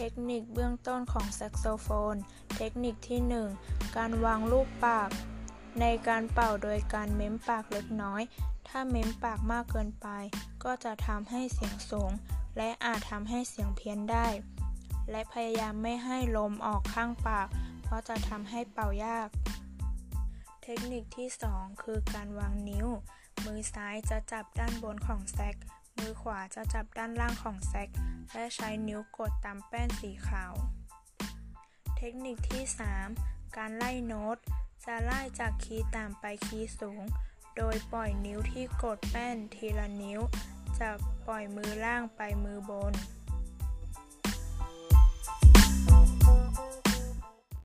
ทคนิคเบื้องต้นของแซกโซโฟน เทคนิคที่ 1 การวางลูกปากในการเป่าโดยการเม้มปากเล็กน้อย ถ้าเม้มปากมากเกินไปก็จะทำให้เสียงสูงและอาจทำให้เสียงเพี้ยนได้ และพยายามไม่ให้ลมออกข้างปากเพราะจะทำให้เป่ายาก เทคนิคที่ 2 คือการวางนิ้ว มือซ้ายจะจับด้านบนของแซก มือขวาจะจับด้านล่างของแซก และใช้นิ้วกดตามแป้นสีขาว เทคนิคที่ 3 การไล่โน้ต จะไล่จากคีย์ต่ำไปคีย์สูง โดยปล่อยนิ้วที่กดแป้นทีละนิ้ว จะปล่อยมือล่างไปมือบน